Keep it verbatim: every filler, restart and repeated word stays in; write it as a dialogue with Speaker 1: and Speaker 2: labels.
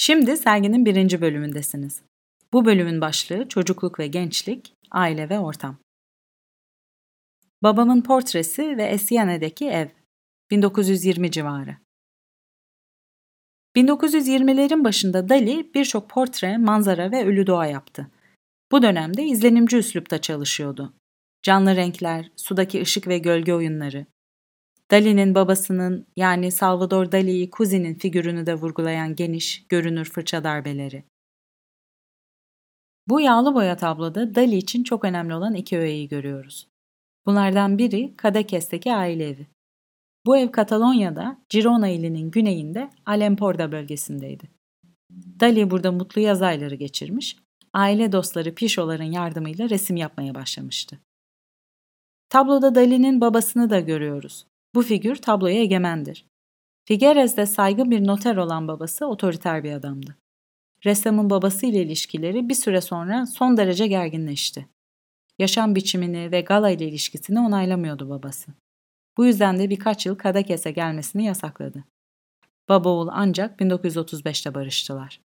Speaker 1: Şimdi serginin birinci bölümündesiniz. Bu bölümün başlığı çocukluk ve gençlik, aile ve ortam. Babamın portresi ve Essiane'deki ev. bin dokuz yüz yirmi civarı. bin dokuz yüz yirmilerin başında Dali birçok portre, manzara ve ölü doğa yaptı. Bu dönemde izlenimci üslupta çalışıyordu. Canlı renkler, sudaki ışık ve gölge oyunları. Dali'nin babasının yani Salvador Dali'yi kuzinin figürünü de vurgulayan geniş, görünür fırça darbeleri. Bu yağlı boya tabloda Dali için çok önemli olan iki öğeyi görüyoruz. Bunlardan biri Cadaques'teki aile evi. Bu ev Katalonya'da, Girona ilinin güneyinde Alemporda bölgesindeydi. Dali burada mutlu yaz ayları geçirmiş, aile dostları Pişo'ların yardımıyla resim yapmaya başlamıştı. Tabloda Dali'nin babasını da görüyoruz. Bu figür tabloya egemendir. Figueres'de saygın bir noter olan babası otoriter bir adamdı. Ressamın babası ile ilişkileri bir süre sonra son derece gerginleşti. Yaşam biçimini ve gala ile ilişkisini onaylamıyordu babası. Bu yüzden de birkaç yıl Cadaques'e gelmesini yasakladı. Baba oğul ancak bin dokuz yüz otuz beşte barıştılar.